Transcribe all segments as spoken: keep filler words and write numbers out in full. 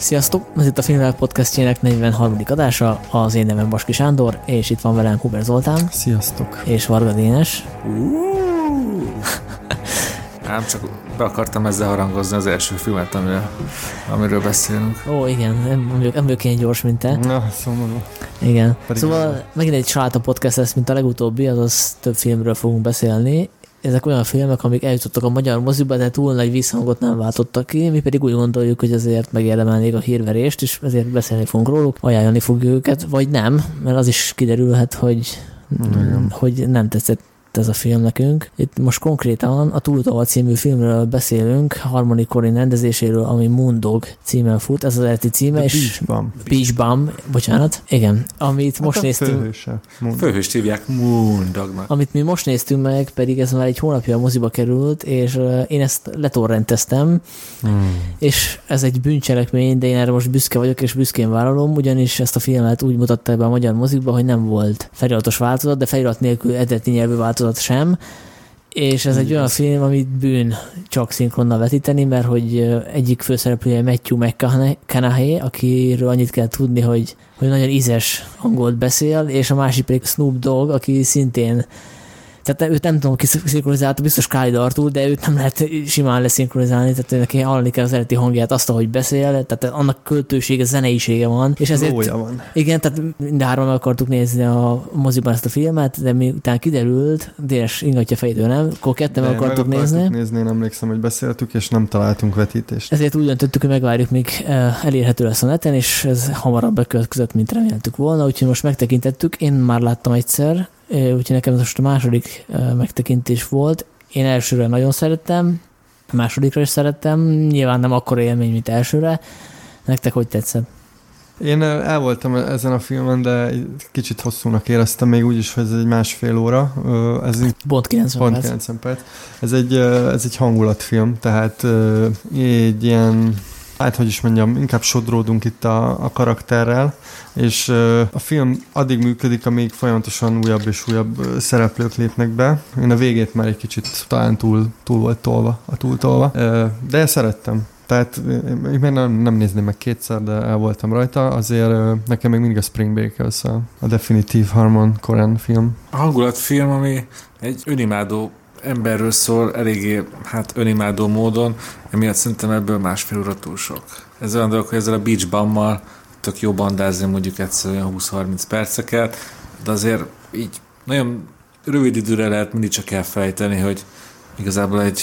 Sziasztok! Ez itt a Filmvilág podcastjének negyvenharmadik adása, az én nevem Baski Sándor, és itt van velem Huber Zoltán. Sziasztok! És Varga Dénes. Nem, csak be akartam ezzel harangozni az első filmet, amiről, amiről beszélünk. Ó, igen, nem vagyok, nem vagyok ilyen gyors, mint te. Na, szomorú. Igen. Pedig szóval nem. megint egy saláta podcast lesz, mint a legutóbbi, azaz több filmről fogunk beszélni. Ezek olyan filmek, amik eljutottak a magyar moziba, de túl nagy visszhangot nem váltottak ki, mi pedig úgy gondoljuk, hogy ezért megérdemelnék a hírverést, és ezért beszélni fogunk róluk, ajánlani fogjuk őket, vagy nem, mert az is kiderülhet, hogy, Igen. hogy nem tetszett ez a film nekünk. Itt most konkrétan a Túltolva című filmről beszélünk, Harmony Korine rendezéséről, ami Moondog címen fut, ez az eredeti címe, The és Beach Bum. Beach Bum, bocsánat, igen, amit most Hát a néztünk. főhőse. Mond. Főhőst hívják Moondognak. Amit mi most néztünk meg, pedig ez már egy hónapja a moziba került, és uh, én ezt letorrenteztem, Hmm. és ez egy bűncselekmény, de én erre most büszke vagyok, és büszkén vállalom, ugyanis ezt a filmet úgy mutatta be a magyar mozikba, hogy nem volt feliratos változat, de felirat nélkül eredeti nyelvű változat sem, és ez egy olyan film, amit bűn csak szinkronnal vetíteni, mert hogy egyik főszereplője Matthew McConaughey, akiről annyit kell tudni, hogy, hogy nagyon ízes angolt beszél, és a másik pedig Snoop Dogg, aki szintén, tehát őt nem tudom, ki szinkronizálta, biztos Kyle Dartul, de őt nem lehet simán leszinkronizálni, tehát neki hallani kell az eredeti hangját, azt, ahogy beszél, tehát annak költősége, zeneisége van. És ezért, Lója van. igen, tehát mindhárman meg akartuk nézni a moziban ezt a filmet, de miután kiderült, Dénes ingatja fejtől, nem? Akkor ketten meg akartuk meg nézni. akartuk nézni, én emlékszem, hogy beszéltük, és nem találtunk vetítést. Ezért úgy döntöttük, hogy megvárjuk, míg elérhető lesz a neten, és ez hamarabb bekövetkezett, mint reméltük volna, úgyhogy most megtekintettük. Én már láttam egyszer, úgyhogy nekem ez most a második megtekintés volt. Én elsőre nagyon szerettem, a másodikra is szerettem, nyilván nem akkora élmény, mint elsőre. Nektek hogy tetszett? Én el voltam ezen a filmen, de kicsit hosszúnak éreztem, még úgy is, hogy ez egy másfél óra. Ez Pont kilencven pont perc. kilencven perc. Ez egy, ez egy hangulatfilm, tehát egy ilyen, hát hogy is mondjam, inkább sodródunk itt a, a karakterrel, és a film addig működik, amíg folyamatosan újabb és újabb szereplők lépnek be. Én a végét már egy kicsit talán túl, túl volt tolva, a túltolva, de ezt szerettem. Tehát én nem, nem nézném meg kétszer, de el voltam rajta, azért nekem még mindig a Spring Breakers a, a definitív Harmony Korine film. A hangulatfilm, ami egy önimádó emberről szól, eléggé hát önimádó módon, emiatt szerintem ebből másfél óra túl sok. Ez olyan dolog, hogy ezzel a Beach Bummal tök jó bandázni mondjuk egyszer olyan húsz-harminc perceket, de azért így nagyon rövid időre lehet mindig csak elfelejteni, hogy igazából egy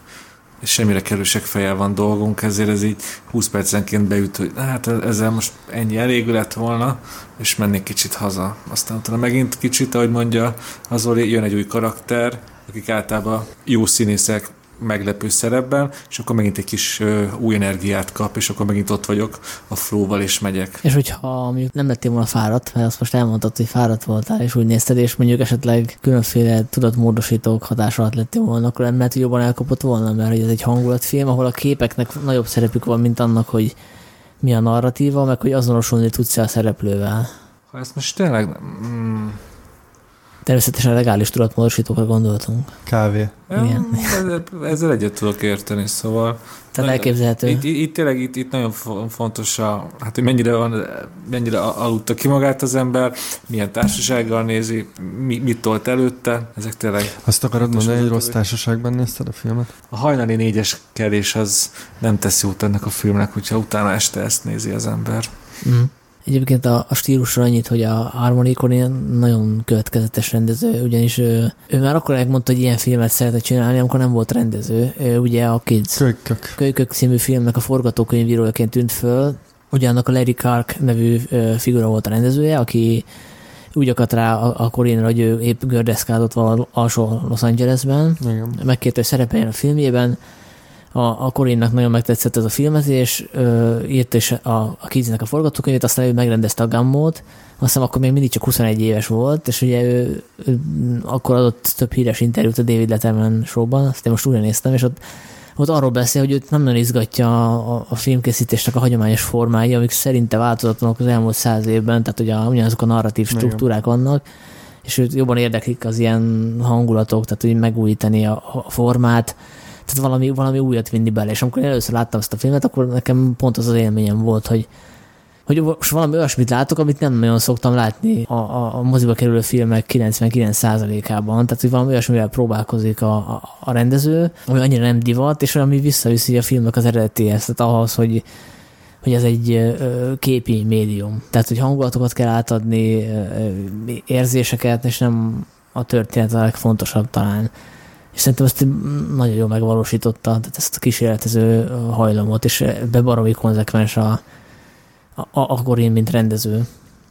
és semmire kerülsek fejjel van dolgunk, ezért ez így húsz percenként beüt, hogy hát ezzel most ennyi elég lett volna, és mennék kicsit haza. Aztán utána megint kicsit, ahogy mondja az Zoli, jön egy új karakter, akik általában jó színészek meglepő szerepben, és akkor megint egy kis ö, új energiát kap, és akkor megint ott vagyok a flow-val, és megyek. És hogyha mondjuk nem lettél volna fáradt, mert azt most elmondtad, hogy fáradt voltál, és úgy nézted, és mondjuk esetleg különféle tudatmódosítók hatás alatt lettél volna, akkor nem lehet, hogy jobban elkapott volna, mert hogy ez egy hangulatfilm, ahol a képeknek nagyobb szerepük van, mint annak, hogy mi a narratíva, meg hogy azonosulni tudsz a szereplővel. Ha ezt most tényleg... Mm, Természetesen legális tudatmódosítókra gondoltunk. Kávé. Igen. Ezzel, ezzel egyet tudok érteni, szóval... Tehát elképzelhető. Itt, itt, itt tényleg itt, itt nagyon fontos, a, hát, hogy mennyire, van, mennyire aludta ki magát az ember, milyen társasággal nézi, mi, mit tolt előtte, ezek tényleg... Azt akarod mondani, hogy rossz hogy... társaságban nézted a filmet? A hajnali négyes kerés az nem tesz jót ennek a filmnek, hogyha utána este ezt nézi az ember. Mm. Egyébként a, a stílusra annyit, hogy a Harmony Korine nagyon következetes rendező, ugyanis ő, ő már akkor megmondta, hogy ilyen filmet szeretne csinálni, amikor nem volt rendező. Ő ugye a Kids Kölykök. Kölykök című filmnek a forgatókönyvírójaként tűnt föl, ugye annak a Larry Clark nevű ö, figura volt a rendezője, aki úgy akadt rá a, a Korine-ra, hogy ő épp gördeszkázott valahol alsó Los Angelesben. Igen. Megkérte, hogy szerepeljen a filmjében. A, a Korine-nak nagyon megtetszett ez a filmezés, ö, írt is a, a Kidsnek a forgatókönyvét, aztán ő megrendezte a Gummót, azt hiszem akkor még mindig csak huszonegy éves volt, és ugye ő, ő akkor adott több híres interjút a David Letterman showban, azt én most újra néztem, és ott, ott arról beszél, hogy őt nem nagyon izgatja a, a filmkészítésnek a hagyományos formái, amik szerinte változatlanok az elmúlt száz évben, tehát ugye ugyanazok a narratív struktúrák vannak, és őt jobban érdeklik az ilyen hangulatok, tehát hogy megújítani a, a formát. tehát valami, valami újat vinni bele. És amikor én először láttam ezt a filmet, akkor nekem pont az az élményem volt, hogy hogy most valami olyasmit látok, amit nem nagyon szoktam látni a, a, a moziba kerülő filmek kilencvenkilenc százalékában. Tehát, hogy valami olyasmivel próbálkozik a, a, a rendező, ami annyira nem divat, és ami visszaviszi a filmnek az eredetéhez, tehát ahhoz, hogy, hogy ez egy ö, képi médium. Tehát, hogy hangulatokat kell átadni, ö, érzéseket, és nem a történet a legfontosabb talán. És szerintem ezt nagyon jól megvalósította, tehát ezt a kísérletező hajlamot, és ebbe baromi konzekvens a akkor én, mint rendező. Persze.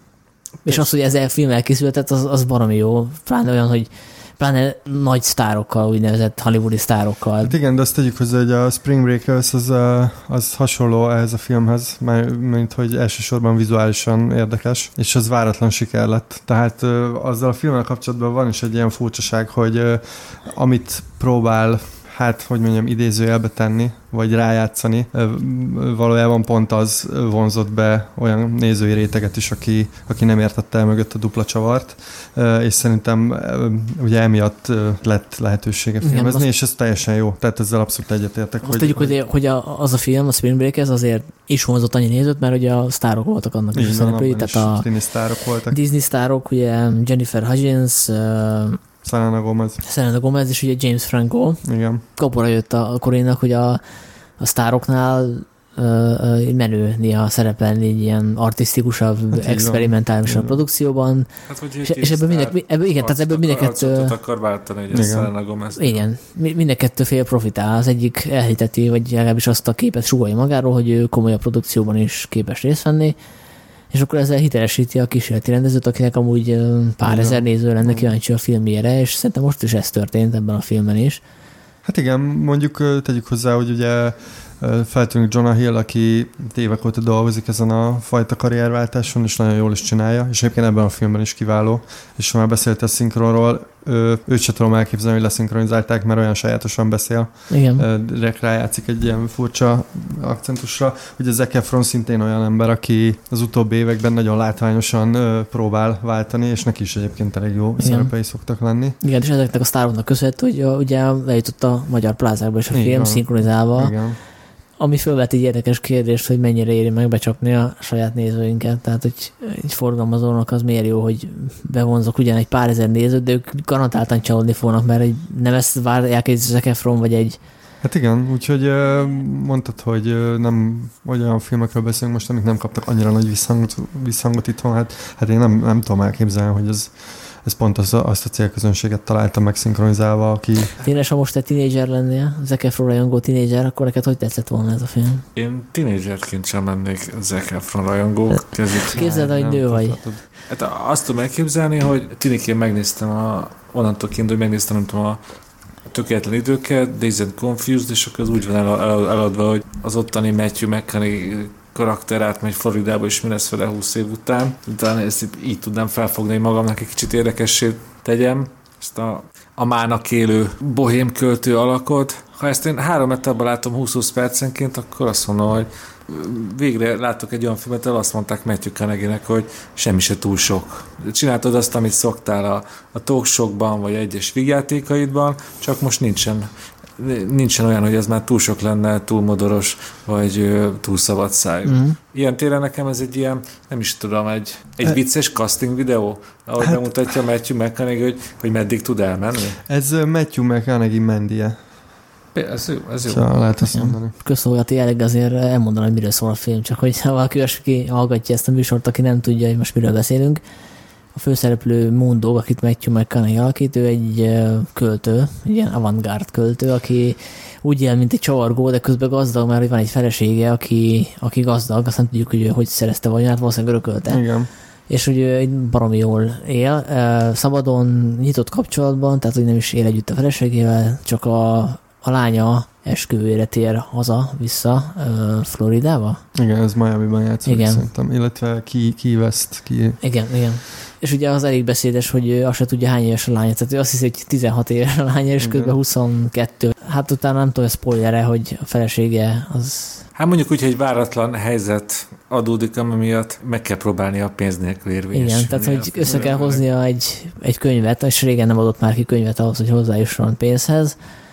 És az, hogy ez a film elkészültet, az, az baromi jó. Pláne olyan, hogy pláne nagy sztárokkal, úgynevezett hollywoodi sztárokkal. Hát igen, de azt tegyük hozzá, hogy a Spring Breakers az, az hasonló ehhez a filmhez, mint hogy elsősorban vizuálisan érdekes, és az váratlan siker lett. Tehát azzal a filmmel kapcsolatban van is egy ilyen furcsaság, hogy amit próbál hát, hogy mondjam, idézőjelbe tenni, vagy rájátszani. Valójában pont az vonzott be olyan nézői réteget is, aki, aki nem értette el mögött a dupla csavart, és szerintem ugye emiatt lett lehetősége filmezni, igen, és ez teljesen jó. Tehát ezzel abszolút egyetértek. Azt hogy, tegyük, hogy, hogy a, az a film, a Spring Breakers azért is vonzott annyi nézőt, mert ugye a sztárok voltak annak is a szereplői. Tehát a Disney sztárok voltak. Disney sztárok, ugye Jennifer Hudgens, Selena Gomez. Selena Gomez, és ugye James Franco. Igen. Kapora jött a korénak, hogy a, a sztároknál uh, menő néha szerepelni egy ilyen artisztikusabb, hát experimentálisabb produkcióban. Hát, és, és ebből mindenki, ebből, igen, tehát ebből mindenkettő... akar váltani, hogy a Selena Gomez. Igen, mindenkettő fél profitál. Az egyik elhiteti, vagy legalábbis azt a képet sugallja magáról, hogy ő komolyabb produkcióban is képes részt venni, és akkor ezzel hitelesíti a kísérleti rendezőt, akinek amúgy pár igen. ezer néző lenne kíváncsi a filmjére, és szerintem most is ez történt ebben a filmben is. Hát igen, mondjuk tegyük hozzá, hogy ugye feltűnik Jonah Hill, aki évek óta dolgozik ezen a fajta karrierváltáson, és nagyon jól is csinálja, és egyébként ebben a filmben is kiváló, és ha már beszélt a szinkronról, ő, őt se tudom elképzelni, hogy leszinkronizálták, mert olyan sajátosan beszél. Igen. Direkt rájátszik egy ilyen furcsa akcentusra. Ugye Zac Efron szintén olyan ember, aki az utóbbi években nagyon látványosan próbál váltani, és neki is egyébként elég jó igen. szerepei szoktak lenni. Igen, és ezeknek a sztároknak köszönhető, hogy ugye lejutott a magyar plázákba is a film igen. szinkronizálva. Igen. Ami fölvet egy érdekes kérdést, hogy mennyire éri meg becsapni a saját nézőinket. Tehát, hogy egy forgalmazónak az miért jó, hogy bevonzok ugyan egy pár ezer nézőt, de ők garantáltan csalódni fognak, mert egy, nem ezt várják egy Zac Efron, vagy egy... Hát igen, úgyhogy mondtad, hogy nem olyan filmekről beszélünk most, amik nem kaptak annyira nagy visszhangot, visszhangot itthon. Hát, hát én nem, nem tudom elképzelni, hogy ez ez pont az a, azt a célközönséget találtam meg szinkronizálva, aki... Tényleg, ha most te tínédzser lennél, Zac Efron rajongó tínédzser, akkor neked hogy tetszett volna ez a film? Én tínédzserként sem mennék Zac Efron rajongó. Képzeld, hogy nő vagy. Hát azt tudom elképzelni, hogy tiniként megnéztem a, onnantól kint, hogy megnéztem, nem tudom, a Tökéletlen időket, Dazed and Confused, és akkor az úgy van el, el, eladva, hogy az ottani Matthew McConaughey karakter átmegy Floridába, és mi lesz vele húsz év után. Utána ezt így tudnám felfogni, hogy magamnak egy kicsit érdekessé tegyem, ezt a, a mának élő bohém költő alakot. Ha ezt én három etapban látom húsz-húsz percenként, akkor azt mondom, hogy végre látok egy olyan filmet, el azt mondták Matthew McConaugheynek, hogy semmi se túl sok. Csináltad azt, amit szoktál a, a talk showkban, vagy egyes vígjátékaidban, csak most nincsen nincsen olyan, hogy ez már túl sok lenne, túl modoros, vagy ö, túl szabadszájú. Mm. Ilyen téren nekem ez egy ilyen, nem is tudom, egy, egy vicces casting videó, ahogy hát, bemutatja Matthew McConaughey, hogy, hogy meddig tud elmenni. Ez Matthew McConaughey mendie. Ez jó, ez jó. Szóval lehet azt mondani. Közszolgálati jelleg azért elmondanom, hogy miről szól a film, csak hogy ha valaki aki hallgatja ezt a műsort, aki nem tudja, hogy most miről beszélünk. A főszereplő Moondog, akit Matthew McConaughey alakít, ő egy költő, egy ilyen avantgárd költő, aki úgy él, mint egy csavargó, de közben gazdag, mert van egy felesége, aki, aki gazdag, azt nem tudjuk, hogy hogy szerezte vagyonát, valószínűleg örökölte. Igen. És hogy egy baromi jól él, szabadon, nyitott kapcsolatban, tehát hogy nem is él együtt a feleségével, csak a, a lánya esküvőre tér haza, vissza Floridába. Igen, ez Miami-ban játszik szerintem, illetve Key, Key West. Key. Igen, igen. És ugye az elég beszédes, hogy azt se tudja, hány éves a lánya. Tehát ő azt hiszi, hogy tizenhat éves a lánya, és közben huszonkettő. Hát utána nem tudom, spoilere, hogy a felesége az... Hát mondjuk úgy, hogy váratlan helyzet adódik, ami miatt meg kell próbálni a pénz nélkül érvényesülni. Igen, tehát hogy össze kell hoznia egy, egy könyvet, és régen nem adott már ki könyvet ahhoz, hogy hozzájusson pénzhez.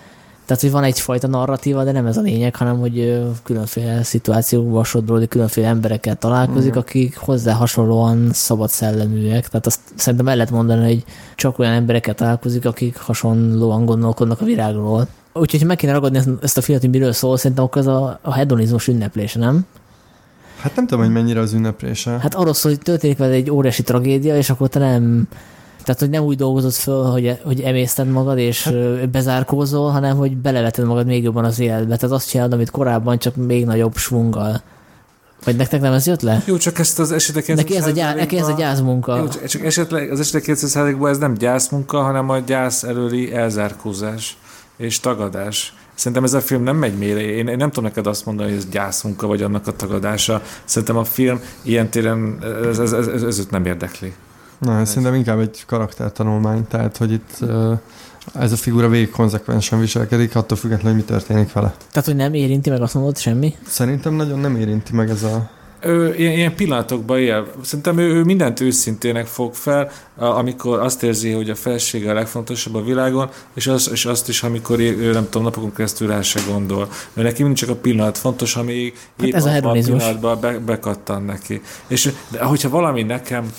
Tehát, hogy van egyfajta narratíva, de nem ez a lényeg, hanem, hogy különféle szituációkban sodródik, különféle emberekkel találkozik, uh-huh. akik hozzá hasonlóan szabad szelleműek. Tehát azt szerintem el lehet mondani, hogy csak olyan emberekkel találkozik, akik hasonlóan gondolkodnak a világról. Úgyhogy, ha meg kéne ragadni ezt a filmet, hogy miről szól, szerintem akkor ez a, a hedonizmus ünneplése, nem? Hát nem tudom, hogy mennyire az ünneplése. Hát arról szól, hogy történik veled egy óriási tragédia, és akkor te nem... Tehát, hogy nem úgy dolgozod föl, hogy, hogy emészted magad, és hát, bezárkózol, hanem, hogy beleveted magad még jobban az életbe. Tehát azt csinálod, amit korábban, csak még nagyobb svunggal. Vagy nektek nem ez jött le? Jó, csak ezt az esetek Neki ez a, gyá, neki ez a gyászmunka. Jó, csak, csak esetleg az esetek kilencven százalékban ez nem gyászmunka, hanem a gyász előli elzárkózás és tagadás. Szerintem ez a film nem megy mélyre. Én, én nem tudom neked azt mondani, hogy ez gyászmunka, vagy annak a tagadása. Szerintem a film ilyen téren ez, ez, ez, ez, ez őt nem érdekli. Na, ez szerintem inkább egy karaktertanulmány, tehát, hogy itt ez a figura végig konzekvensen viselkedik, attól függetlenül, hogy mi történik vele. Tehát, hogy nem érinti meg, azt mondod, semmi? Szerintem nagyon nem érinti meg ez a... Ő ilyen, ilyen pillanatokban él. Szerintem ő, ő mindent őszintének fog fel, amikor azt érzi, hogy a felsége a legfontosabb a világon, és, az, és azt is, amikor ő, nem tudom, napokon keresztül rá se gondol. Ő neki mindig csak a pillanat fontos, amíg hát épp ez a, a pillanatban be, bekattan neki. És de hogyha valami nekem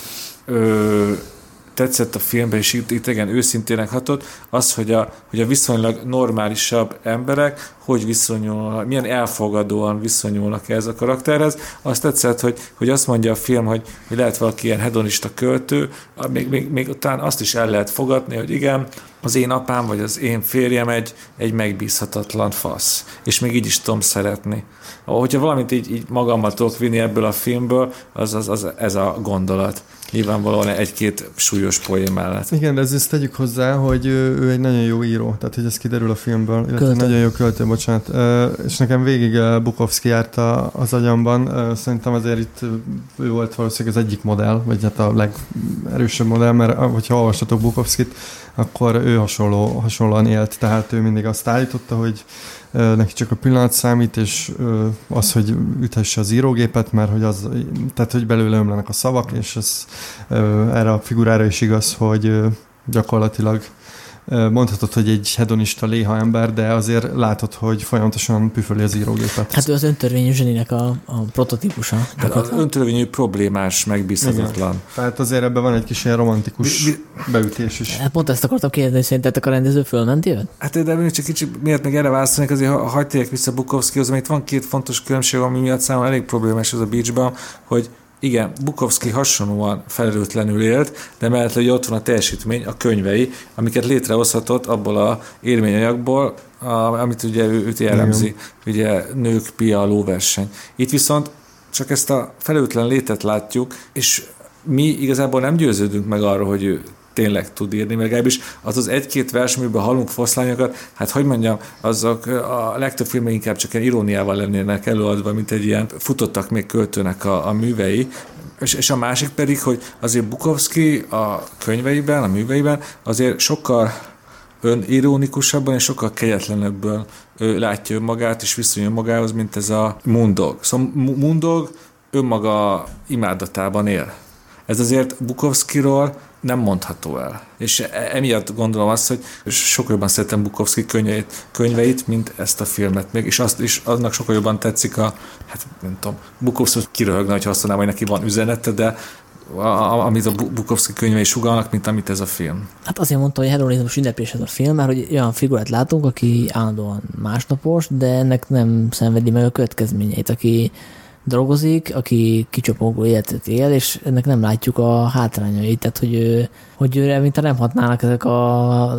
Ö, tetszett a filmben, és itt, itt igen, őszintének hatott, az, hogy a, hogy a viszonylag normálisabb emberek hogy viszonyulnak, milyen elfogadóan viszonyulnak ez a karakterhez. Azt tetszett, hogy, hogy azt mondja a film, hogy, hogy lehet valaki ilyen hedonista költő, még, még, még után azt is el lehet fogadni, hogy igen, az én apám, vagy az én férjem egy, egy megbízhatatlan fasz. És még így is tudom szeretni. Hogyha valamit így, így magammal tudok vinni ebből a filmből, az, az, az ez a gondolat. Nyilvánvalóan egy-két súlyos poén mellett. Igen, de ezt tegyük hozzá, hogy ő, ő egy nagyon jó író, tehát hogy ez kiderül a filmből, illetve nagyon jó költő, bocsánat. És nekem végig Bukowski járt az agyamban. Szerintem azért itt ő volt valószínűleg az egyik modell, vagy hát a legerősebb modell, mert hogyha olvastatok Bukowskit, akkor ő hasonló, hasonlóan élt, tehát ő mindig azt állította, hogy neki csak a pillanat számít, és az, hogy üthesse az írógépet, mert hogy az, tehát hogy belőle ömlenek a szavak, és ez erre a figurára is igaz, hogy gyakorlatilag mondhatod, hogy egy hedonista léha ember, de azért látod, hogy folyamatosan püföli az írógépet. Hát ő az öntörvényű zseninek a, a prototípusa. Hát az öntörvényű problémás, megbízhatatlan. Tehát azért ebben van egy kis ilyen romantikus mi, mi, beütés is. Hát pont ezt akartam kérdezni, hogy szerintetek a rendező fölmenti őt? Hát de még csak kicsit miért meg erre válaszolnék, azért ha hagyd tegyek vissza Bukowskihoz, mert itt van két fontos különbség, ami miatt számomra elég problémás ez a Beachban, hogy igen, Bukowski hasonlóan felelőtlenül élt, de mellett, hogy ott van a teljesítmény, a könyvei, amiket létrehozhatott abból a élményanyagból, a, amit ugye ő, őt jellemzi, ugye nők, pia, lóverseny. Itt viszont csak ezt a felelőtlen létet látjuk, és mi igazából nem győződünk meg arról, hogy ő tényleg tud írni, mert legalábbis az az egy-két vers, amiben hallunk foszlányokat, hát hogy mondjam, azok a legtöbb filmek inkább csak ilyen iróniával lennének előadva, mint egy ilyen futottak még költőnek a, a művei, és, és a másik pedig, hogy azért Bukowski a könyveiben, a műveiben azért sokkal önirónikusabban és sokkal kegyetlenebben ő látja önmagát és viszonyul magához, mint ez a Moondog. Szóval Moondog önmaga imádatában él. Ez azért Bukowskiról nem mondható el. És emiatt gondolom azt, hogy sokkal jobban szeretem Bukowski könyveit, könyveit, mint ezt a filmet még, és azt is, annak sokkal jobban tetszik a, hát nem tudom, Bukowski kiröhögne, hogyha azt mondanám, hogy neki van üzenete, de a, a, amit a Bukowski könyvei sugallnak, mint amit ez a film. Hát azért mondta, hogy hedonizmus ünnepés ez a film, mert hogy olyan figurát látunk, aki állandóan másnapos, de ennek nem szenvedi meg a következményeit, aki dolgozik, aki kicsapongó életet él, és ennek nem látjuk a hátrányait, tehát hogy, ő, hogy őre mintha nem hatnának ezek a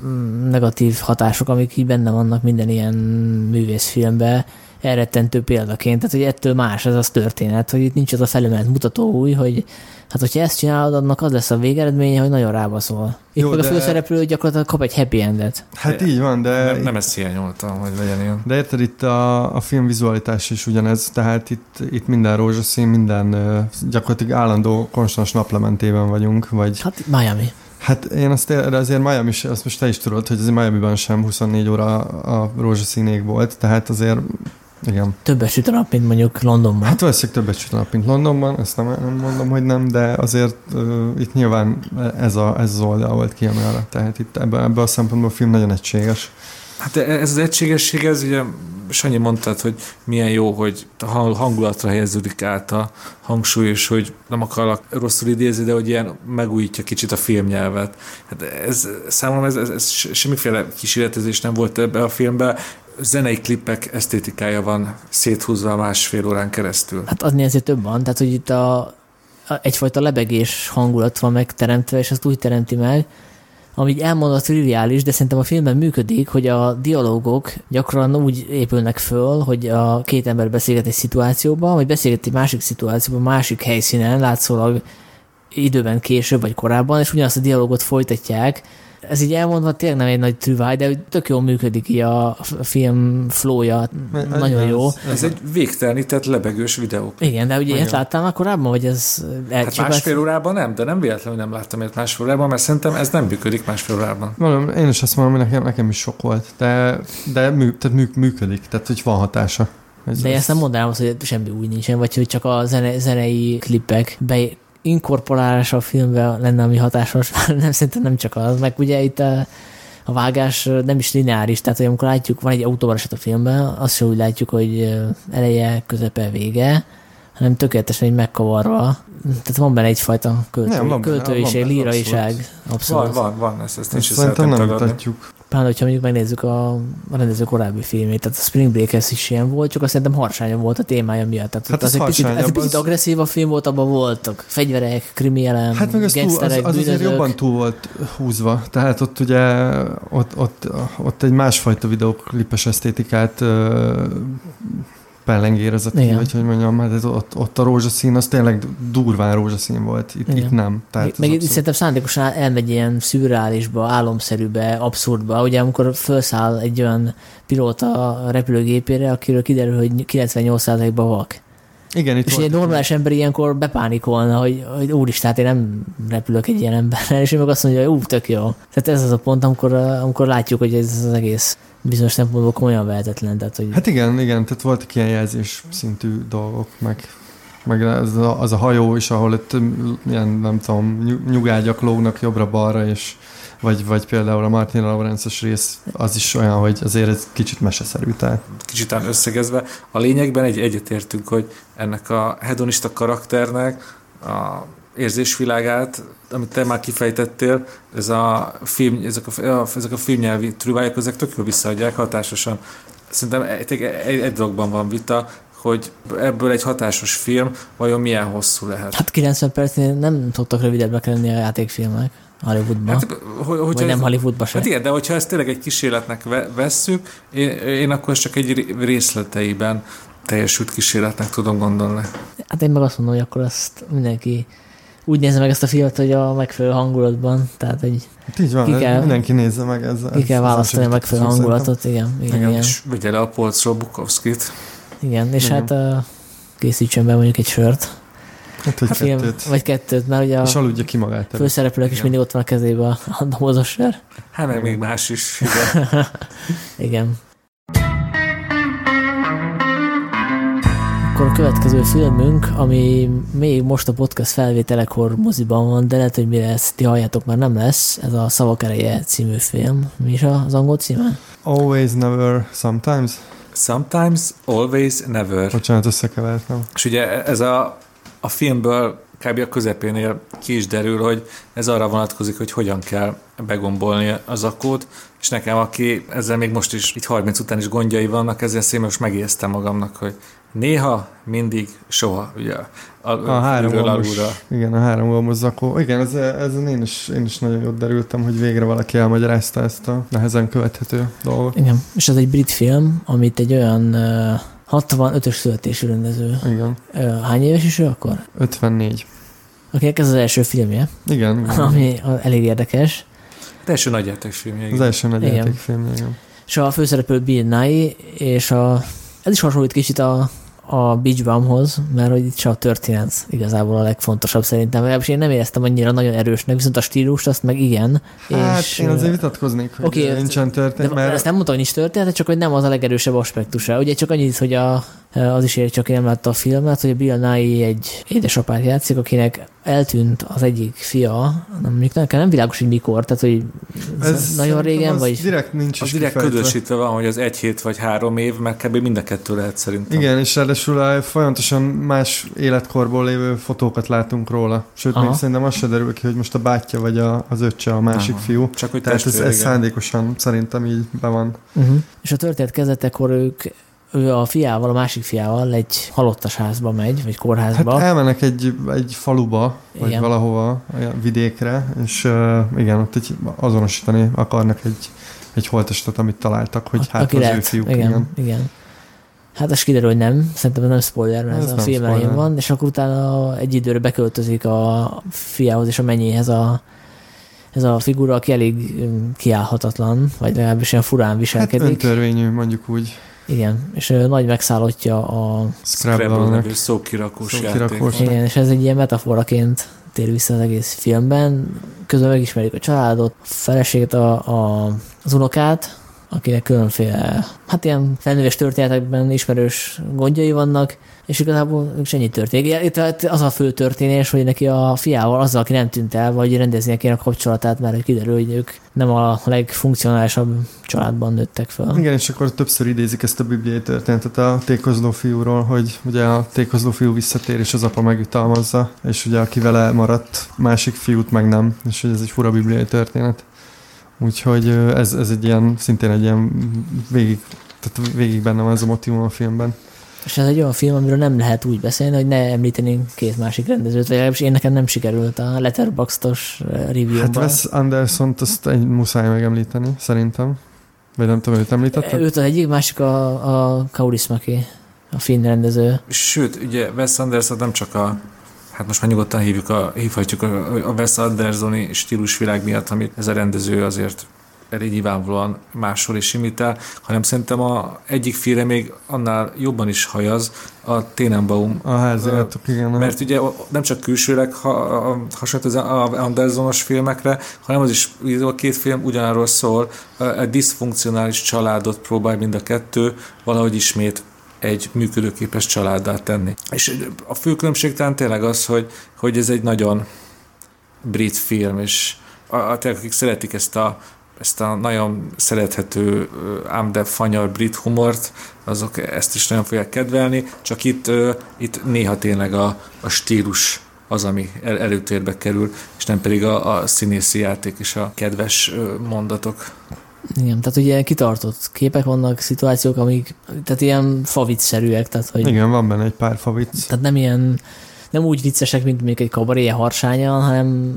negatív hatások, amik így benne vannak minden ilyen művészfilmben, elrettentő példaként, tehát hogy ettől más ez az történet, hogy itt nincs az a felület mutató új, hogy hát hogyha ezt csinálod, annak az lesz a végeredménye, hogy nagyon rábaszol. Itt jó, meg de... a főszereplő gyakorlatilag kap egy happy endet. Hát de... így van, de... Nem, nem ezt hiányoltam, hogy legyen ilyen. De érted, itt a, a film vizualitás is ugyanez, tehát itt, itt minden rózsaszín, minden gyakorlatilag állandó, konstans naplementében vagyunk, vagy... Hát Miami. Hát én azt, de azért Miami is, azt most te is tudod, hogy azért Miamiban sem huszonnégy óra a rózsaszín ég volt, tehát azért igen. Többet süt a nap, mint mondjuk Londonban. Hát valószínűleg többet süt a nap, mint Londonban, ezt nem, nem mondom, hogy nem, de azért uh, itt nyilván ez, a, ez az oldal volt kiemelve. Tehát itt ebben ebbe a szempontból a film nagyon egységes. Hát ez az egységesség, ez ugye Sanyi mondtad, hogy milyen jó, hogy a hangulatra helyeződik át a hangsúly, és hogy nem akarlak rosszul idézni, de hogy ilyen megújítja kicsit a filmnyelvet. Hát ez számomra ez, ez, ez semmiféle kísérletezés nem volt ebbe a filmben. Zenei klippek esztétikája van széthúzva másfél órán keresztül. Hát adni ezért több van, tehát hogy itt a, a egyfajta lebegés hangulat van megteremtve, és azt úgy teremti meg, ami így elmondott triviális, de szerintem a filmben működik, hogy a dialógok gyakran úgy épülnek föl, hogy a két ember beszélget egy szituációban, vagy beszélget egy másik szituációban, másik helyszínen, látszólag időben később vagy korábban, és ugyanazt a dialógot folytatják. Ez így elmondva tényleg nem egy nagy trüváj, de tök jól működik így a film flowja, nagyon jó. Ez, ez egy végtelenített lebegős videó. Igen, de ugye ilyet láttál már korábban, vagy ez... Hát másfél órában nem, de nem véletlenül nem láttam ilyet másfél órában, mert szerintem ez nem működik másfél órában. Valami, én is azt mondom, hogy nekem, nekem is sok volt, de, de mű, tehát mű, működik, tehát hogy van hatása. Ez de ezt nem mondanám azt, hogy semmi új nincsen, vagy hogy csak a zene, zenei klippek be inkorporálása a filmbe lenne, ami hatásos, nem, szerintem nem csak az, meg ugye itt a, a vágás nem is lineáris, tehát hogy amikor látjuk, van egy autóbaleset a filmben, azt sem úgy látjuk, hogy eleje, közepe, vége, hanem tökéletesen így megkavarva. Tehát van benne egyfajta költő, költőiség, líraiság. Abszolút. Van, van, van, ezt, ezt, ezt szerintem nem mutatjuk. Pláne, hogyha mondjuk megnézzük a, a rendező korábbi filmét, tehát a Spring Breakers is ilyen volt, csak azt szerintem harsányabb volt a témája miatt. Tehát hát az, az egy picit, ez egy picit az... agresszív a film volt, abban voltak fegyverek, krimi elem, hát meg az, túl, az, az azért jobban túl volt húzva. Tehát ott ugye ott, ott, ott egy másfajta videóklipes esztétikát pellengérezett ki, vagy hogy mondjam, hát ott, ott a rózsaszín, az tényleg durván rózsaszín volt, itt, itt nem. Tehát meg itt szerintem szándékosan elmegy ilyen szürreálisba, álomszerűbe, abszurdba, ugye amikor felszáll egy olyan pilóta a repülőgépére, akiről kiderül, hogy kilencvennyolc százalékban vak. Igen, itt és volt. egy normális ember ilyenkor bepánikolna, hogy, hogy úristen, hát én nem repülök egy ilyen emberrel, és ő meg azt mondja, hogy ú, tök jó. Tehát ez az a pont, amikor, amikor látjuk, hogy ez az egész bizonyos szempontból komolyan vehetetlen. Tehát, hogy... Hát igen, igen, tehát voltak ilyen jelzés szintű dolgok, meg, meg az, a, az a hajó is, ahol ott ilyen, nem tudom, nyugágyak lógnak jobbra-balra, és vagy, vagy például a Martin Lawrence-es rész, az is olyan, hogy azért ez kicsit meseszerű. Tehát. Kicsit összegezve. A lényegben egy egyetértünk, hogy ennek a hedonista karakternek a érzésvilágát, amit te már kifejtettél, ez a film, ezek, a, ezek a filmnyelvi trüvályok, ezek tök jól visszaadják hatásosan. Szerintem egy, egy, egy dologban van vita, hogy ebből egy hatásos film vajon milyen hosszú lehet. Hát kilencven percnél nem szoktak rövidebbek lenni a játékfilmek Hollywoodban. Hát, hogy, vagy nem ez, Hollywoodban sem. Hát igen, de hogyha ezt tényleg egy kísérletnek vesszük, én, én akkor csak egy részleteiben teljesült kísérletnek tudom gondolni. Hát én meg azt mondom, hogy akkor azt mindenki úgy nézze meg ezt a filmet, hogy a megfelelő hangulatban, tehát egy... Hát így van, kell, mindenki nézze meg ezzel. Ki kell választani a megfelelő hangulatot, igen. igen, igen. És vigye le a polcról Bukowskit. Igen, és igen. hát uh, készítsen be mondjuk egy sört. Hát, hogy film, kettőt. Vagy kettőt, mert ugye és aludja ki magát. főszereplők is mindig ott van a kezében a dobozos sör. Hát meg még más is. Igen. igen. Akkor a következő filmünk, ami még most a podcast felvételekor moziban van, de lehet, hogy mire ezt ti halljátok, már nem lesz. Ez a Szavak ereje című film. Mi is az angol címe? Always, never, sometimes. Sometimes, always, never. Bocsánat, összekevertem. És ugye ez a, a filmből kb. A közepénél ki is derül, hogy ez arra vonatkozik, hogy hogyan kell begombolni az akót, és nekem, aki ezzel még most is, így harminc után is gondjai vannak, ezzel szépen most megijesztem magamnak, hogy néha, mindig, soha, ugye, a, a három gombos, igen, a három gombos zakó. Igen, ezen, ezen én, is, én is nagyon jót derültem, hogy végre valaki elmagyarázta ezt a nehezen követhető dolgot. Igen, és ez egy brit film, amit egy olyan uh, hatvanötös születésű rendező. Igen. Uh, hány éves is ő akkor? ötvennégy. Akinek ez az első filmje. Igen. igen. Ami elég érdekes. Az első nagyjátékfilmje. Az első nagyjátékfilmje, igen. És a főszereplő Bill Nighy, és a, ez is hasonlít kicsit a, a Beach Bumhoz, mert hogy itt se a történet igazából a legfontosabb szerintem. Legalábbis én nem éreztem annyira nagyon erősnek, viszont a stílust azt meg igen. Hát és, én azért vitatkoznék, hogy okay, nincsen történet. Mert... Ezt nem mondtam, hogy nincs történet, csak hogy nem az a legerősebb aspektusa. Ugye csak annyit, hogy a az is ér, csak én nem látta a filmet, hogy a Bill Nighy egy édesapát játszik, akinek eltűnt az egyik fia, nem, nem világos, hogy mikor, tehát hogy ez nagyon régen, vagy... direkt nincs az is direkt kifejtve. ködösítve van, hogy az egy hét vagy három év, mert kb. Mind a kettő lehet szerintem. Igen, és ráadásul folyamatosan más életkorból lévő fotókat látunk róla. Sőt, Aha. még szerintem az se derül ki, hogy most a bátyja vagy a, az öccse a másik Aha. fiú. Csak hogy tehát ez, testvér, ez igen. szándékosan szerintem így be van. Uh-huh. És a történet kezdetekor ők ő a fiával, a másik fiával egy halottas házba megy, vagy kórházba. Hát elmennek egy, egy faluba, vagy igen. valahova, vidékre, és uh, igen, ott egy, azonosítani akarnak egy, egy holttestet, amit találtak, hogy a, hát az lehet. ő fiúk. Igen, igen. igen. Hát az kiderül, hogy nem. Szerintem ez nem spoiler, mert ez, ez a film elején van, és akkor utána egy időre beköltözik a fiához és a mennyéhez a ez a figura, aki elég kiállhatatlan, vagy legalábbis ilyen furán viselkedik. Hát öntörvényű, mondjuk úgy. Igen, és ő nagy megszállottja a Scrabble nevű szókirakós, szókirakós játék. Igen, és ez egy ilyen metaforaként tér vissza az egész filmben. Közben megismerjük a családot, a feleségét, a, a, az unokát, akinek különféle, hát ilyen felnőves történetekben ismerős gondjai vannak, és igazából nincs ennyi történik. Itt az a fő történés, hogy neki a fiával, azzal, aki nem tűnt el, vagy rendeznie kéne a kapcsolatát, mert kiderül, hogy ők nem a legfunkcionálisabb családban nőttek fel. Igen, és akkor többször idézik ezt a bibliai történetet a tékozló fiúról, hogy ugye a tékozló fiú visszatér, és az apa megjutalmazza, és ugye aki vele maradt, másik fiút meg nem, és hogy ez egy fura bibliai történet. Úgyhogy ez, ez egy ilyen, szintén egy ilyen végig, tehát végig benne van ez a motívum a filmben. És ez egy olyan film, amiről nem lehet úgy beszélni, hogy ne említenénk két másik rendezőt, vagy legalábbis én nekem nem sikerült a Letterboxd-os review-ban. Hát Wes Andersont azt egy muszáj megemlíteni, szerintem. Vagy nem tudom, őt említetted? Őt az egyik, másik a, a Kaurismäki, a finn rendező. Sőt, ugye Wes Anderson nem csak a hát most már nyugodtan hívjuk a, hívhatjuk a, a Wes Andersoni stílusvilág miatt, amit ez a rendező azért elég nyilvánvalóan máshol is imitál, hanem szerintem a egyik filmre még annál jobban is hajaz, a Tenenbaum. A háziátok, igen. Mert ugye nem csak külsőleg ha, hasonlít az Andersonos filmekre, hanem az is, a két film ugyanarról szól, egy diszfunkcionális családot próbál mind a kettő valahogy ismét egy működőképes családdá tenni. És a fő különbség talán tényleg az, hogy, hogy ez egy nagyon brit film, és a, a, akik szeretik ezt a, ezt a nagyon szerethető, ám de fanyar brit humort, azok ezt is nagyon fogják kedvelni, csak itt, itt néha tényleg a, a stílus az, ami el, előtérbe kerül, és nem pedig a, a színészi játék és a kedves mondatok. Igen, tehát ugye kitartott képek vannak, szituációk, amik, tehát ilyen favicszerűek, tehát hogy... Igen, van benne egy pár favic. Tehát nem ilyen, nem úgy viccesek, mint még egy kabaré harsányan, hanem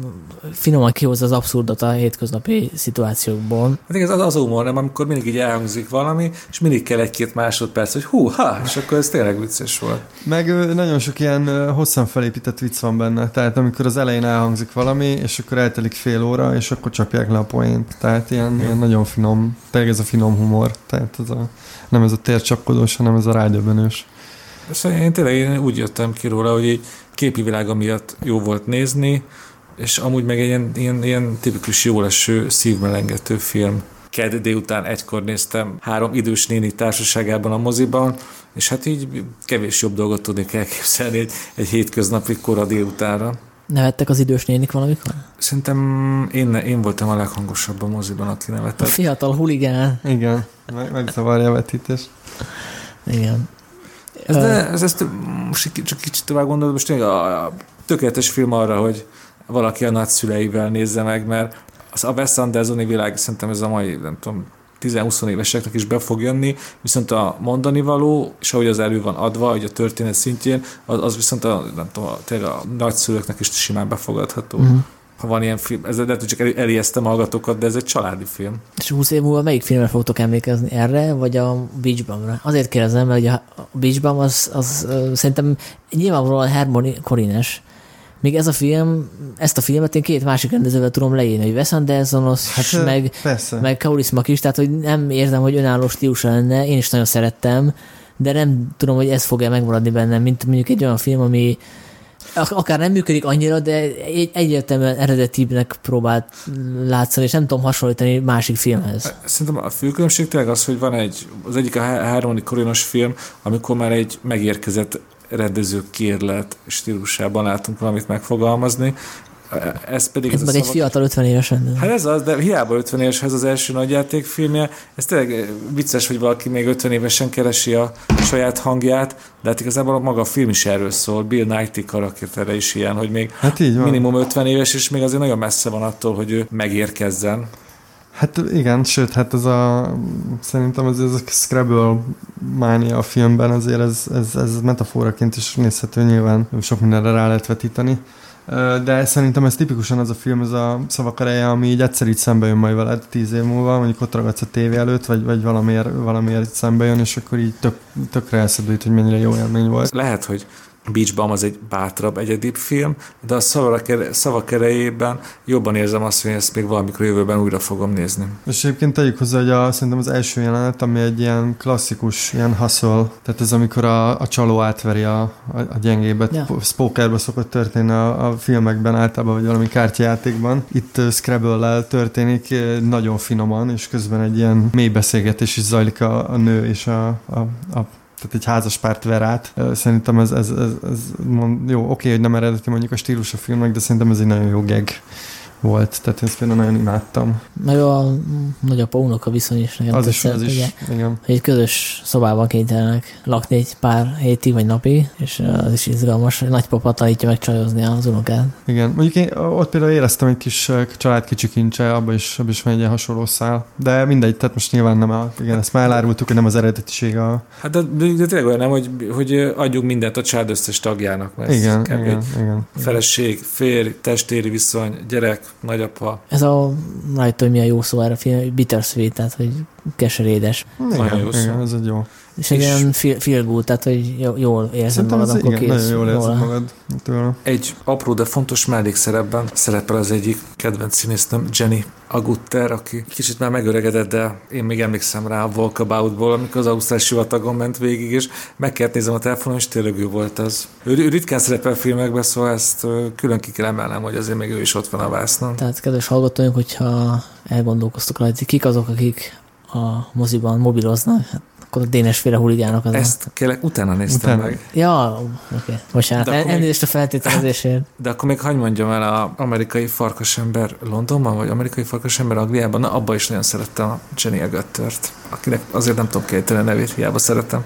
finoman kihozza az abszurdot a hétköznapi szituációkból. Hát igen, az az humor, nem, amikor mindig így elhangzik valami, és mindig kell egy-két másodperc, hogy hú, ha, és akkor ez tényleg vicces volt. Meg nagyon sok ilyen hosszan felépített vicc van benne, tehát amikor az elején elhangzik valami, és akkor eltelik fél óra, és akkor csapják le a poént. Tehát ilyen, ilyen nagyon finom, tényleg ez a finom humor, tehát ez a, nem ez a tércsapkodós, hanem ez a rádöbbenős. Szóval én tényleg én úgy jöttem ki róla, hogy így képi világa miatt jó volt nézni, és amúgy meg egy ilyen, ilyen, ilyen tipikus jól eső, szívmelengető film. Kedd délután egykor néztem három idős néni társaságában a moziban, és hát így kevés jobb dolgot tudnék elképzelni egy, egy hétköznapi kora délutánra. Nevettek az idős nénik valamikor? Szerintem én, én voltam a leghangosabb a moziban, aki nevetett. A fiatal huligán. Igen, meg, megzavarja a vetítés. Igen. Ez, de, ez, ez most csak kicsit tovább gondolod, most tényleg a, a tökéletes film arra, hogy valaki a nagyszüleivel nézze meg, mert az a Wes Andersoni világ szerintem ez a mai, nem tudom, tíz-húsz éveseknek is be fog jönni, viszont a mondani való, és ahogy az elő van adva, hogy a történet szintjén, az, az viszont a, nem tudom, a, tényleg a nagyszülőknek is simán befogadható. Uh-huh. Ha van ilyen film, ez lehet, hogy csak elijesztem hallgatókat, de ez egy családi film. És húsz év múlva melyik filmre fogtok emlékezni? Erre, vagy a Beach Bumra? Azért kérdezem, mert ugye a Beach Bum az, az uh, szerintem nyilvánvalóan Hermione Corines. Még ez a film, ezt a filmet én két másik rendezővel tudom leírni, hogy Wes Andersonos, hát, meg, meg Kaurismäki is, tehát hogy nem érzem, hogy önálló stílusa lenne, én is nagyon szerettem, de nem tudom, hogy ez fog-e megmaradni bennem, mint mondjuk egy olyan film, ami Akár nem működik annyira, de egy egyértelműen eredetibbnek próbált látszani, és nem tudom hasonlítani másik filmhez. Szerintem a főkülönbség tényleg az, hogy van egy, az egyik a Harmony Korinos film, amikor már egy megérkezett rendező kérlet stílusában látunk valamit megfogalmazni. Ez pedig... Ez, ez meg egy szavak... fiatal ötven éves rendező. Hát ez az, de hiába ötven éves ez az első nagyjátékfilmje. Ez tényleg vicces, hogy valaki még ötven évesen keresi a saját hangját, de hát igazából maga a film is erről szól. Bill Nighy karaktere is ilyen, hogy még hát minimum ötven éves, és még azért nagyon messze van attól, hogy ő megérkezzen. Hát igen, sőt, hát ez a szerintem ez, ez a Scrabble mánia a filmben azért ez, ez, ez metaforaként is nézhető, nyilván sok mindenre rá lehet vetíteni. De szerintem ez tipikusan az a film, ez a szavak ereje, ami így egyszer így szembe jön majd veled tíz év múlva, mondjuk ott ragadsz a tévé előtt, vagy, vagy valamiért, valamiért szembe jön, és akkor így tök, tökre elszabadít, hogy mennyire jó élmény volt. Lehet, hogy Beach Bum az egy bátrabb, egyedibb film, de a szavak, szavak erejében jobban érzem azt, hogy ezt még valamikor jövőben újra fogom nézni. És egyébként tegyük hozzá, hogy a, szerintem az első jelenet, ami egy ilyen klasszikus, ilyen hustle, tehát ez amikor a, a csaló átveri a, a, a gyengébet, ja. Pokerben szokott történni a, a filmekben általában, vagy valami kártyajátékban. Itt uh, Scrabble-lel történik nagyon finoman, és közben egy ilyen mély beszélgetés is zajlik a, a nő és a, a, a tehát egy házaspárt ver át. Szerintem ez, ez, ez, ez jó, oké, hogy nem eredeti mondjuk a stílus a filmnek, de szerintem ez egy nagyon jó gag volt, tehát ezt például nagyon imádtam. Meg a nagyapa unoka viszony is nagyon az tetszett, is, az ugye, is, igen. Hogy egy közös szobában kénytelenek lakni egy pár hétig vagy napig, és az is izgalmas, hogy nagypapa tanítja meg csajozni az unokát. Igen, mondjuk én ott például éreztem egy kis családkicsi kincse, abban is, abba is van egy ilyen hasonló szál, de mindegy, tehát most nyilván nem a, igen, ezt már elárultuk, hogy nem az eredetiség a... Hát de, de tényleg olyan nem, hogy, hogy adjunk mindent a család összes tagjának. Mert igen, igen, igen. Feleség, férj, testvéri viszony, gyerek, nagyapa. Ez a, rájött, hogy mi a jó szó erre a film, bittersweet, tehát hogy keserédes. Igen, jó igen, ez egy jó. És egy ilyen feel, feel good, tehát hogy jól érzed magad, amikor kész. Nagyon jól érzed magad tőle. Egy apró, de fontos mellékszerepben szerepel az egyik kedvenc színésznőm, Jenny Agutter, aki kicsit már megöregedett, de én még emlékszem rá a Walkaboutból, amikor az ausztrál sivatagon ment végig, és meg kellett nézem a telefonon, és tényleg ő volt az. Ő, ő ritkán szerepel filmekben, szóval ezt külön ki kell emelnem, hogy azért még ő is ott van a vásznon. Tehát kedves hallgatóink, hogyha elgondolkoztok rajta, kik azok, akik a moziban mobiloznak, hát akkor a Dénes-féle huligánok azon. Ezt kérlek, utána néztem utána. meg. Ja, oké. Okay. Bocsánat, el, elnézést a feltételezésért. De akkor még hagyj mondjam el az amerikai farkasember Londonban, vagy amerikai farkasember Angliában, na abban is nagyon szerettem a Jenny Aguttert, akinek azért nem tudom kiejteni a nevét, hiába szeretem.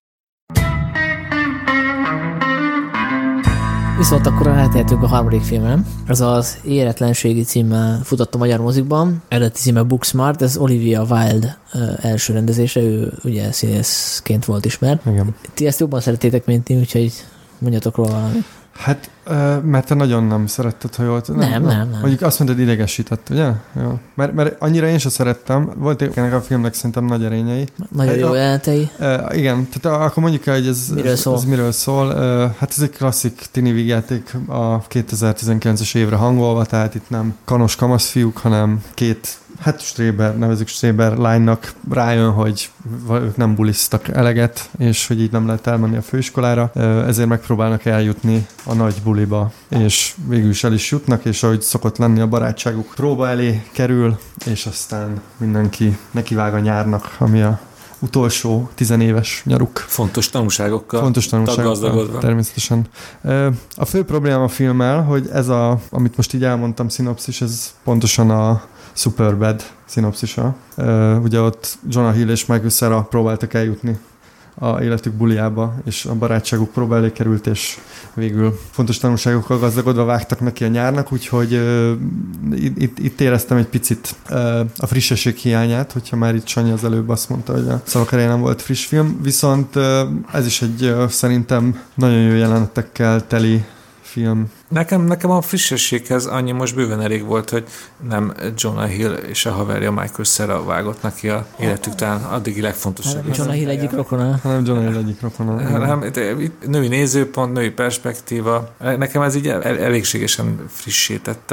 Viszont akkor rátértünk a harmadik filmre. Ez az Éretlenségi címmel futott a magyar mozikban. Eredeti címe Booksmart, ez Olivia Wilde első rendezése, ő ugye színészként volt ismert. Igen. Ti ezt jobban szerettétek, mint ti, úgyhogy mondjatok róla valamit. Hát, mert te nagyon nem szeretted, ha jól... Nem, nem, nem. nem. Mondjuk azt mondod, idegesített, ugye? Jó. Mert, mert annyira én sem szerettem. Volt ennek a filmnek szerintem nagy erényei. Nagyon jó jelenetei. Uh, igen, tehát akkor mondjuk el, hogy ez miről ez, szól. ez miről szól. Uh, hát ez egy klasszik tini vígjáték a kétezer-tizenkilences évre hangolva, tehát itt nem kanos kamasz fiúk, hanem két hát Stréber, nevezük Stréber lánynak rájön, hogy ők nem bulisztak eleget, és hogy így nem lehet elmenni a főiskolára, ezért megpróbálnak eljutni a nagy buliba, és végül is el is jutnak, és ahogy szokott lenni a barátságuk próba elé kerül, és aztán mindenki nekivág a nyárnak, ami a utolsó tizenéves nyaruk. Fontos tanulságokkal. Fontos tanulságokkal, természetesen. A fő probléma a filmmel, hogy ez a, amit most így elmondtam, szinopszis, ez pontosan a Superbad szinopszisa. Ugye ott Jonah Hill és Michael Cera próbáltak eljutni a életük buliába, és a barátságuk próba elé került, és végül fontos tanulságokkal gazdagodva vágtak neki a nyárnak, úgyhogy uh, itt, itt éreztem egy picit uh, a frissesség hiányát, hogyha már itt Sanyi az előbb azt mondta, hogy a szavak elején nem volt friss film, viszont uh, ez is egy uh, szerintem nagyon jó jelenetekkel teli film. Nekem, nekem a frissességhez annyi most bőven elég volt, hogy nem Jonah Hill és a haverja Michael Cera vágott neki a életük talán addigi legfontosabb. Nem Jonah Hill egyik rokona. Nem Jonah Hill egyik rokona. Nem, női nézőpont, női perspektíva. Nekem ez így el, elégségesen frissítette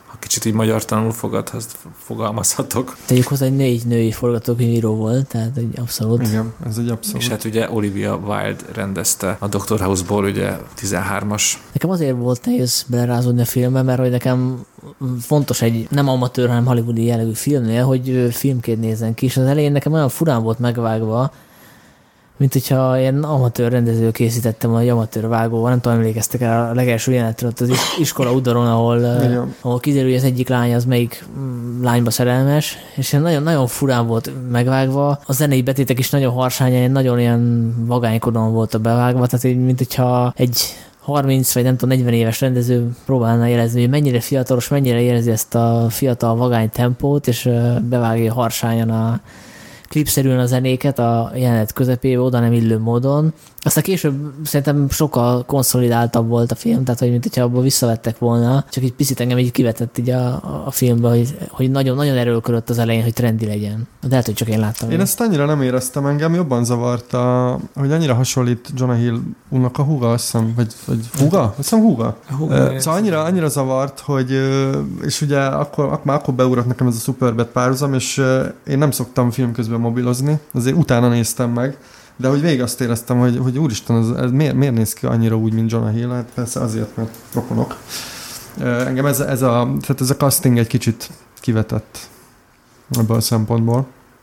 ha kicsit így magyartanul fogadhat, fogalmazhatok. Tegyük hozzá, hogy négy női forgatókönyvíró volt, tehát egy abszolút. Igen, ez egy abszolút. És hát ugye Olivia Wilde rendezte a doktor House-ból ugye tizenhármas. Nekem azért volt nehéz belerázódni a filmbe, mert hogy nekem fontos egy nem amatőr, hanem hollywoodi jellegű filmnél, hogy filmként nézzen ki, és az elején nekem olyan furán volt megvágva, mint hogyha ilyen amatőr rendező készítettem a amatőr vágóval, nem tudom, emlékeztek el a legelső jelenetről ott az iskola udvaron, ahol, ahol kiderül, hogy az egyik lány az melyik lányba szerelmes, és nagyon, nagyon furán volt megvágva. A zenei betétek is nagyon harsányan, nagyon ilyen vagánykodóan volt a bevágva, tehát így, mint hogyha egy harminc vagy nem tudom, negyven éves rendező próbálna jelezni, hogy mennyire fiatalos, mennyire érzi ezt a fiatal vagány tempót, és bevágja harsányan a klipszerűen a zenéket a jelenet közepébe, oda nem illő módon. Aztán később szerintem sokkal konszolidáltabb volt a film, tehát hogy mint hogyha abból visszavettek volna, csak egy picit engem így kivetett így a, a filmbe, hogy, hogy nagyon, nagyon erőlködött az elején, hogy trendi legyen. De lehet, hogy csak én láttam. Én így. Ezt annyira nem éreztem, engem jobban zavarta, hogy annyira hasonlít Jonah Hill-nak a húga, azt hiszem, vagy, vagy húga? Azt hiszem húga. Uh, szóval annyira, annyira zavart, hogy és ugye akkor, már akkor beugrott nekem ez a Superbad párhuzam, és én nem szoktam film közben mobilozni, azért utána néztem meg, de hogy végig azt éreztem, hogy, hogy úristen, ez, ez miért, miért néz ki annyira úgy, mint Jonah Hill? Hát persze azért, mert rokonok. Engem ez, ez, a, tehát ez a casting egy kicsit kivetett ebből a szempontból.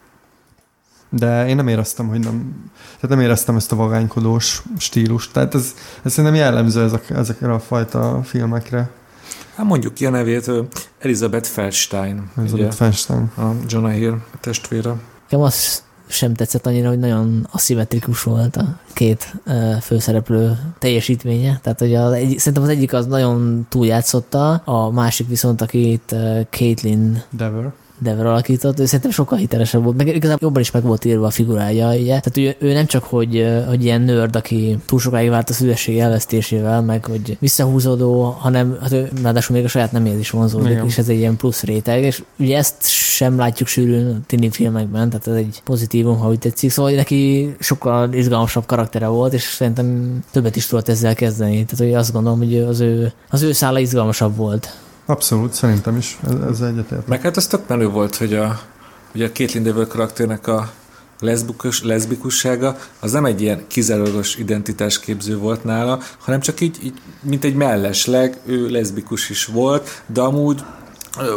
De én nem éreztem, hogy nem, tehát nem éreztem ezt a vagánykodós stílust. Tehát ez, ez szerintem jellemző ezek, ezekre a fajta filmekre. Hát mondjuk ki a nevét, Elizabeth Feldstein. Elizabeth Feldstein. A Jonah Hill testvére. Nekem az sem tetszett annyira, hogy nagyon aszimmetrikus volt a két uh, főszereplő teljesítménye. Tehát, hogy az egy, szerintem az egyik az nagyon túljátszotta, a másik viszont, akit uh, Caitlin Dever. Dever alakított, ő szerintem sokkal hitelesebb volt, meg igazából jobban is meg volt írva a figurája, ugye? Tehát ő, ő nem csak, hogy, hogy ilyen nerd, aki túl sokáig várt a szüzesség elvesztésével, meg hogy visszahúzódó, hanem hát ő ráadásul még a saját neméhez is vonzódik, igen. És ez egy ilyen plusz réteg, és ugye ezt sem látjuk sűrűn tini filmekben, tehát ez egy pozitívum, ha úgy tetszik, szóval neki sokkal izgalmasabb karaktere volt, és szerintem többet is tudott ezzel kezdeni, tehát hogy azt gondolom, hogy az ő, az ő szála izgalmasabb volt. Abszolút, szerintem is. Ez, ez egyetért. Meg hát az tök menő volt, hogy a, hogy a Caitlin Dever karakternek a leszbikus, leszbikussága az nem egy ilyen kizárólagos identitásképző volt nála, hanem csak így, így mint egy mellesleg, ő leszbikus is volt, de amúgy ő,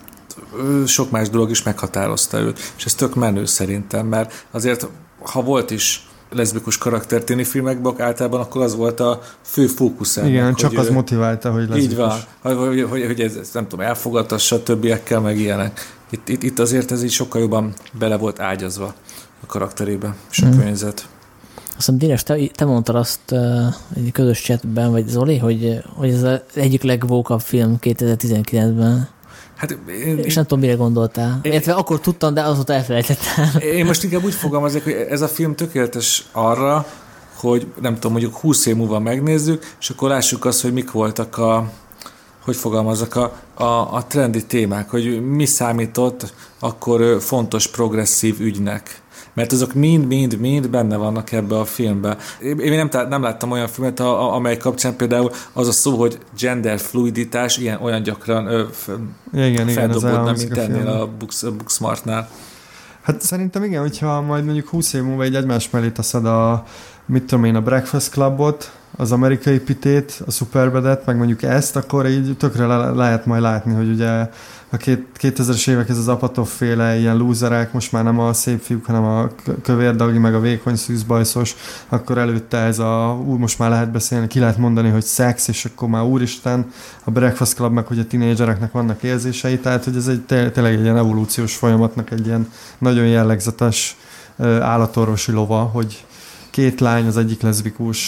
ő, sok más dolog is meghatározta őt. És ez tök menő szerintem, mert azért, ha volt is leszbikus karakter tini filmekben, általában akkor az volt a fő fókusz. Igen, csak az ő, motiválta, hogy leszbikus. Így van, hogy, hogy, hogy ez, nem tudom, elfogadtassa a többiekkel, meg ilyenek. Itt, itt, itt azért ez így sokkal jobban bele volt ágyazva a karakterébe, és a hmm. környezet. Azt hiszem, Dénes, te, te mondtad azt uh, egy közös chatben, vagy Zoli, hogy, hogy ez az egyik legvókabb film kétezer-tizenkilencben. Hát, én, és nem tudom, mire gondoltál. Én, Értve akkor tudtam, de azóta elfelejtettem. Én most inkább úgy fogalmazok, hogy ez a film tökéletes arra, hogy nem tudom, mondjuk húsz év múlva megnézzük, és akkor lássuk azt, hogy mik voltak a, hogy fogalmazok, a, a, a trendi témák, hogy mi számított akkor fontos progresszív ügynek. Mert azok mind-mind-mind benne vannak ebbe a filmbe. Én nem, nem láttam olyan filmet, amely kapcsán például az a szó, hogy genderfluiditás ilyen olyan gyakran ö, f, igen, feldobódna, mint ennél a, a Booksmartnál. Hát szerintem igen, hogyha majd mondjuk húsz év múlva egy egymás mellé teszed a, mit tudom én, a Breakfast Clubot, az amerikai pitét, a Superbadet, meg mondjuk ezt, akkor így tökre le- lehet majd látni, hogy ugye a két, kétezres évek ez az Apatow-féle ilyen lúzerek, most már nem a szép fiúk, hanem a kövérdagi, meg a vékony szűzbajszos, akkor előtte ez a, úr, most már lehet beszélni, ki lehet mondani, hogy szex, és akkor már úristen, a Breakfast Club, meg hogy a tinédzsereknek vannak érzései, tehát hogy ez egy, tényleg egy ilyen evolúciós folyamatnak egy ilyen nagyon jellegzetes állatorvosi lova, hogy két lány, az egyik leszbikus,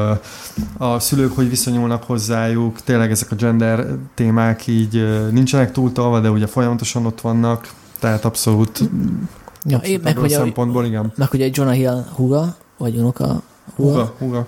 a szülők hogy viszonyulnak hozzájuk, tényleg ezek a gender témák így nincsenek túltolva, de ugye folyamatosan ott vannak, tehát abszolút, ja, abszolút meg, hogy szempontból, a, igen. Meg ugye Jonah Hill húga, vagy unoka húga, húga, húga.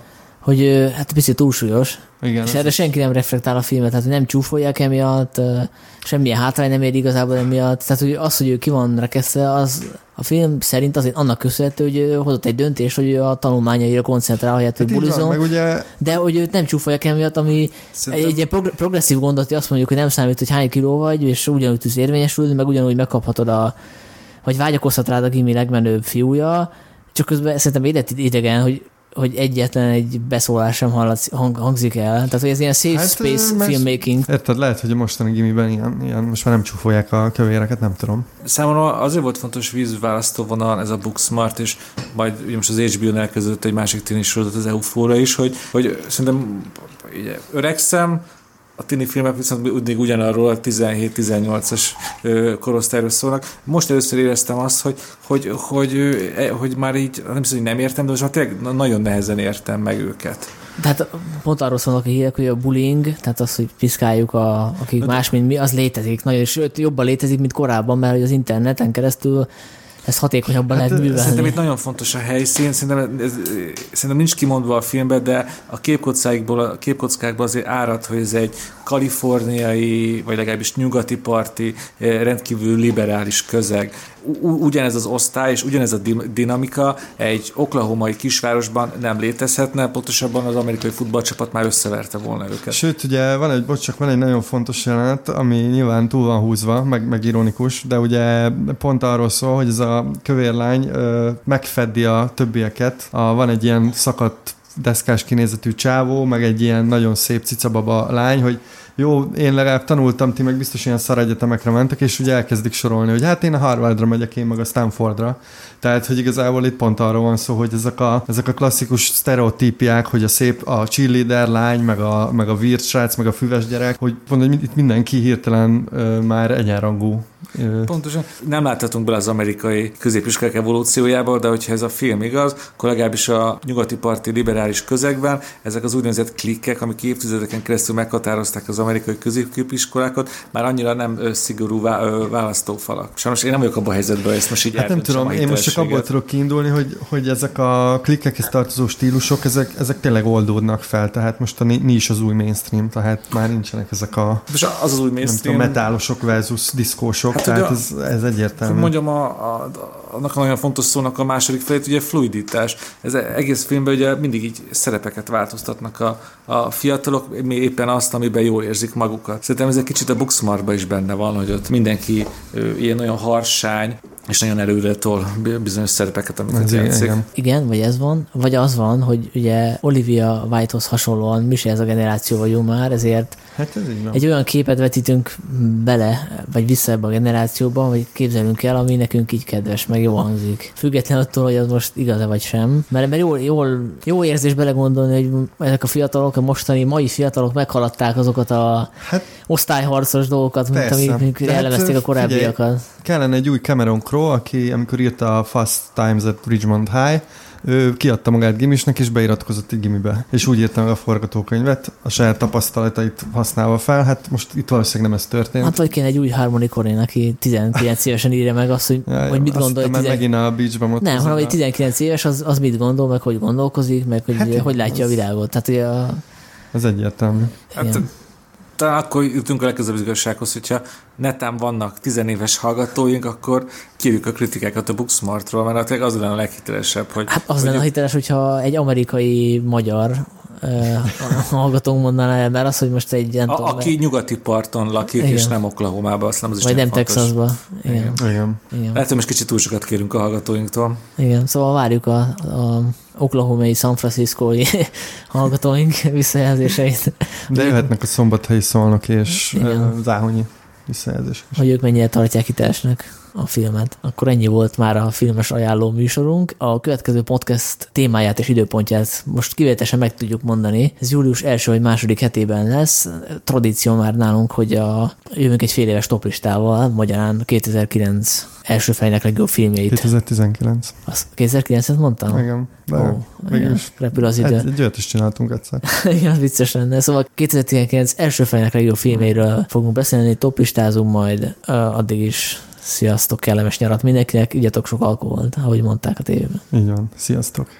hogy hát picit túlsúlyos, Igen, és erre senki nem reflektál a filmet, tehát nem csúfolják emiatt, semmilyen hátrány nem ér igazából emiatt, tehát hogy az, hogy ő ki van rekesztve, az a film szerint azért annak köszönhető, hogy hozott egy döntést, hogy a tanulmányaira koncentrál, helyett, hogy hát bulizon, ugye... de hogy őt nem csúfolják emiatt, ami Szerintem... egy ilyen prog- progresszív gondot, hogy azt mondjuk, hogy nem számít, hogy hány kiló vagy, és ugyanúgy tudsz érvényesülni, meg ugyanúgy megkaphatod a, vagy vágyakozhat rád a gimi legmenőbb fiúja, csak közben szerintem édet idegen, hogy hogy egyetlen egy beszólás sem hallatsz, hang, hangzik el. Tehát, hogy ez ilyen safe hát, space más, filmmaking. Érted, lehet, hogy a mostani gimiben ilyen, ilyen, most már nem csúfolják a kövéreket, nem tudom. Számomra azért volt fontos vízválasztóvonal ez a Booksmart, és majd ugye most az há bé ó-n elkezdődött egy másik tini sorozat, az Euphoria is, hogy, hogy szerintem ugye, öregszem, a tini filmek viszont úgy ugyanarról a tizenhét-tizennyolcas korosztályról szólnak. Most először éreztem azt, hogy, hogy, hogy, hogy, hogy már így, nem hiszem, hogy nem értem, de most már tényleg nagyon nehezen értem meg őket. Tehát pont arról szólnak a hírek, hogy a bullying, tehát az, hogy piszkáljuk, a, akik de más, mint mi, az létezik. Nagyon, sőt, jobban létezik, mint korábban, mert az interneten keresztül ez hatékonyabban hát, lehet művelni. Szerintem itt nagyon fontos a helyszín, szerintem, ez, szerintem nincs kimondva a filmben, de a képkockákból, a képkockákból azért árad, hogy ez egy kaliforniai, vagy legalábbis nyugati parti, rendkívül liberális közeg. Ugyanez az osztály és ugyanez a dinamika egy oklahomai kisvárosban nem létezhetne, pontosabban az amerikai futballcsapat már összeverte volna őket. Sőt, ugye van egy, bocs, csak van egy nagyon fontos jelenet, ami nyilván túl van húzva, meg, meg ironikus, de ugye pont arról szól, hogy ez a kövér lány ö, megfeddi a többieket. A, van egy ilyen szakadt deszkás kinézetű csávó, meg egy ilyen nagyon szép cicababa lány, hogy jó, én legalább tanultam, ti meg biztos ilyen szar egyetemekre mentek, és ugye elkezdik sorolni, hogy hát én a Harvardra megyek, én meg a Stanfordra. Tehát, hogy igazából itt pont arról van szó, hogy ezek a, ezek a klasszikus sztereotípiák, hogy a szép, a cheerleader lány, meg a, meg a vírt srác, meg a füves gyerek, hogy pont, hogy itt mindenki hirtelen ö, már egyenrangú. Ö. Pontosan. Nem láthatunk bele az amerikai középiskolák evolúciójába, de hogyha ez a film igaz, akkor legalábbis a nyugati parti liberális közegben ezek az úgynevezett klikkek, amik évtizedeken keresztül meghatározták az amerikai középiskolákat, már annyira nem szigorú választófalak. Sajnos én nem vagyok abban a helyzetben, hogy ezt most így hát nem tudom, én most csak abból tudok kiindulni, hogy, hogy ezek a klikkekhez tartozó stílusok, ezek, ezek tényleg oldódnak fel, tehát most a, mi is az új mainstream, tehát már nincsenek ezek a, az az új mainstream, tudom, metálosok versus diszkósok, hát tehát ugye, ez, ez egyértelmű. Mondjam, a, a, annak a nagyon fontos szónak a második felét, ugye fluiditás. Ez egész filmben ugye mindig így szerepeket változtatnak a, a fiatalok, mi éppen azt, amiben jól érzik magukat. Szerintem ez egy kicsit a Booksmartban is benne van, hogy ott mindenki ő, ilyen nagyon harsány, és nagyon előre tol bizonyos szerepeket, amiket játszik. Igen. igen, vagy ez van, vagy az van, hogy ugye Olivia Wilde-hoz hasonlóan mi se ez a generáció vagyunk már, ezért hát ez egy olyan képet vetítünk bele, vagy vissza ebbe a generációba, vagy képzelünk el, ami nekünk így kedves, meg jó hangzik. Független attól, hogy az most igaz-e vagy sem. Mert, mert jól, jól, jó érzés belegondolni, hogy ezek a fiatalok, a mostani mai fiatalok meghaladták azokat a hát, osztályharcos dolgokat, mint amik jellemezték a korábbiakat. Figyelj, kellene egy új Cameron Crowe, aki amikor írta a Fast Times at Ridgemont High, ő kiadta magát gimisnek, és beiratkozott egy gimibe. És úgy írta meg a forgatókönyvet, a saját tapasztalatait használva fel. Hát most itt valószínűleg nem ez történt. Hát vagy kéne egy új Harmony Korine, aki tizenkilenc évesen írja meg azt, hogy, ja, hogy mit gondol. Tizen... megint a Beachban. Nem, hanem hogy tizenkilenc éves, az, az mit gondol, meg hogy gondolkozik, meg hogy, hát, hogy látja az... a világot. Tehát, hogy a... Ez egyértelmű. Hát, talán akkor jutunk a legközelebb igazsághoz, hogyha netán vannak tizenéves hallgatóink, akkor kérjük a kritikákat a Booksmartról, mert az lenne a leghitelesebb. Hogy, hát az hogy lenne a hiteles, hogyha egy amerikai magyar uh, hallgatónk mondaná el, mert az, hogy most egy... Nem a, tudom, aki mert... nyugati parton lakik, igen. És nem Oklahomában, azt nem az is vagy nem fontos. Texasba. Igen. Igen. Igen. Igen. Lehet, hogy most kicsit túl sokat kérünk a hallgatóinktól. Igen, szóval várjuk a, a oklahomai, San Francisco-i hallgatóink visszajelzéseit. De jöhetnek a szombathelyi Szolnok és uh, záhonyi visszajelzések. Hogy ők mennyire tartják hitelesnek a filmet. Akkor ennyi volt már a filmes ajánló műsorunk. A következő podcast témáját és időpontját most kivételesen meg tudjuk mondani. Ez július első vagy második hetében lesz. Tradíció már nálunk, hogy a, jövünk egy fél éves toplistával, magyarán kétezer-kilenc első fejnek legjobb filmjeit. kétezer-tizenkilenc. Azt kétezer-kilencet mondtam? Igen. De oh, mégis. Repül az idő. Egy, egy olyat is csináltunk egyszer. Igen, vicces lenne. Szóval kétezer-tizenkilenc első fejnek legjobb filmjeiről fogunk beszélni, toplistázunk majd, addig is sziasztok, kellemes nyarat mindenkinek, igyatok sok alkoholt, ahogy mondták a tévében. Így van, sziasztok.